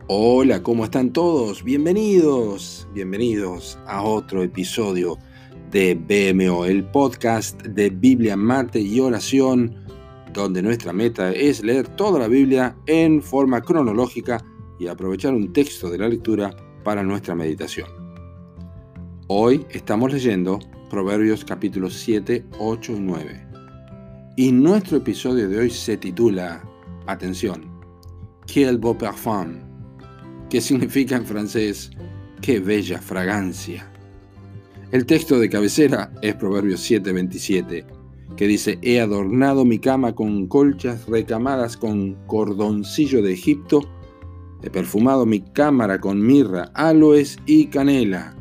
Hola, ¿cómo están todos? Bienvenidos a otro episodio de BMO, el podcast de Biblia, Mate y Oración, donde nuestra meta es leer toda la Biblia en forma cronológica y aprovechar un texto de la lectura para nuestra meditación. Hoy estamos leyendo Proverbios capítulos 7, 8 y 9. Y nuestro episodio de hoy se titula, atención, Quel beau parfum, que significa en francés, ¡qué bella fragancia! El texto de cabecera es Proverbios 7:27, que dice: He adornado mi cama con colchas recamadas con cordoncillo de Egipto, he perfumado mi cámara con mirra, aloes y canela.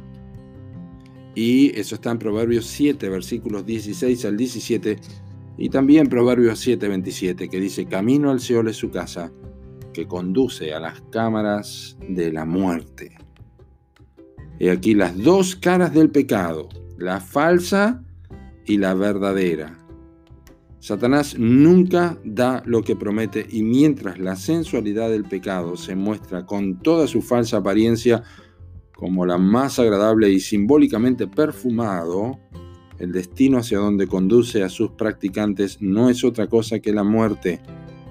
Y eso está en Proverbios 7, versículos 16 al 17, y también Proverbios 7:27, que dice: Camino al Seol es su casa, que conduce a las cámaras de la muerte. He aquí las dos caras del pecado, la falsa y la verdadera. Satanás nunca da lo que promete, y mientras la sensualidad del pecado se muestra con toda su falsa apariencia como la más agradable y simbólicamente perfumado, el destino hacia donde conduce a sus practicantes no es otra cosa que la muerte.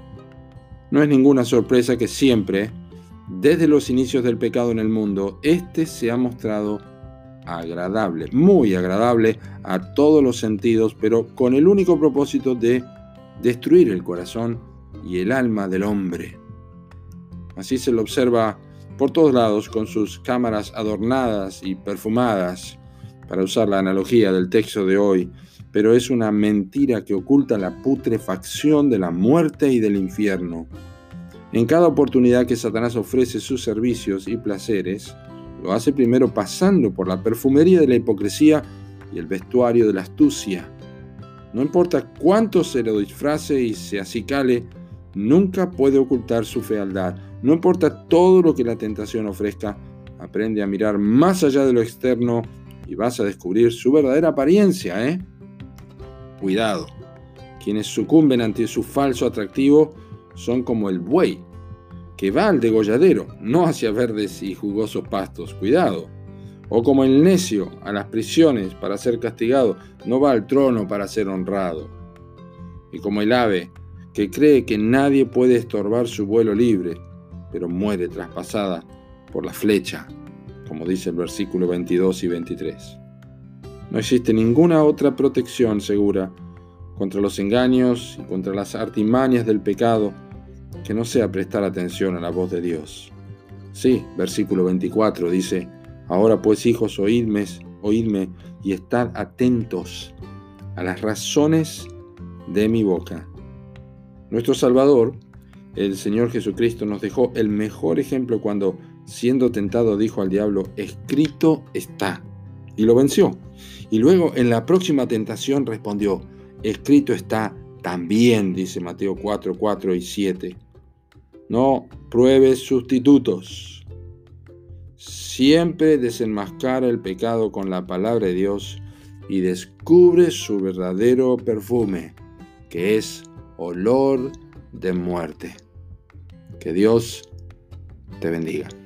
No es ninguna sorpresa que siempre, desde los inicios del pecado en el mundo, este se ha mostrado agradable, muy agradable a todos los sentidos, pero con el único propósito de destruir el corazón y el alma del hombre. Así se lo observa por todos lados, con sus cámaras adornadas y perfumadas, para usar la analogía del texto de hoy, pero es una mentira que oculta la putrefacción de la muerte y del infierno. En cada oportunidad que Satanás ofrece sus servicios y placeres, lo hace primero pasando por la perfumería de la hipocresía y el vestuario de la astucia. No importa cuánto se lo disfrace y se acicale, nunca puede ocultar su fealdad. No importa todo lo que la tentación ofrezca, aprende a mirar más allá de lo externo y vas a descubrir su verdadera apariencia, Cuidado, quienes sucumben ante su falso atractivo son como el buey, que va al degolladero, no hacia verdes y jugosos pastos, cuidado. O como el necio, a las prisiones para ser castigado, no va al trono para ser honrado. Y como el ave, que cree que nadie puede estorbar su vuelo libre, pero muere traspasada por la flecha, como dice el versículo 22 y 23. No existe ninguna otra protección segura contra los engaños y contra las artimañas del pecado que no sea prestar atención a la voz de Dios. Sí, versículo 24 dice: Ahora pues, hijos, oídme y estad atentos a las razones de mi boca. Nuestro Salvador, el Señor Jesucristo, nos dejó el mejor ejemplo cuando, siendo tentado, dijo al diablo: escrito está, y lo venció. Y luego en la próxima tentación respondió: escrito está también, dice Mateo 4, 4 y 7. No pruebes sustitutos. Siempre desenmascara el pecado con la palabra de Dios y descubre su verdadero perfume, que es olor de muerte. Que Dios te bendiga.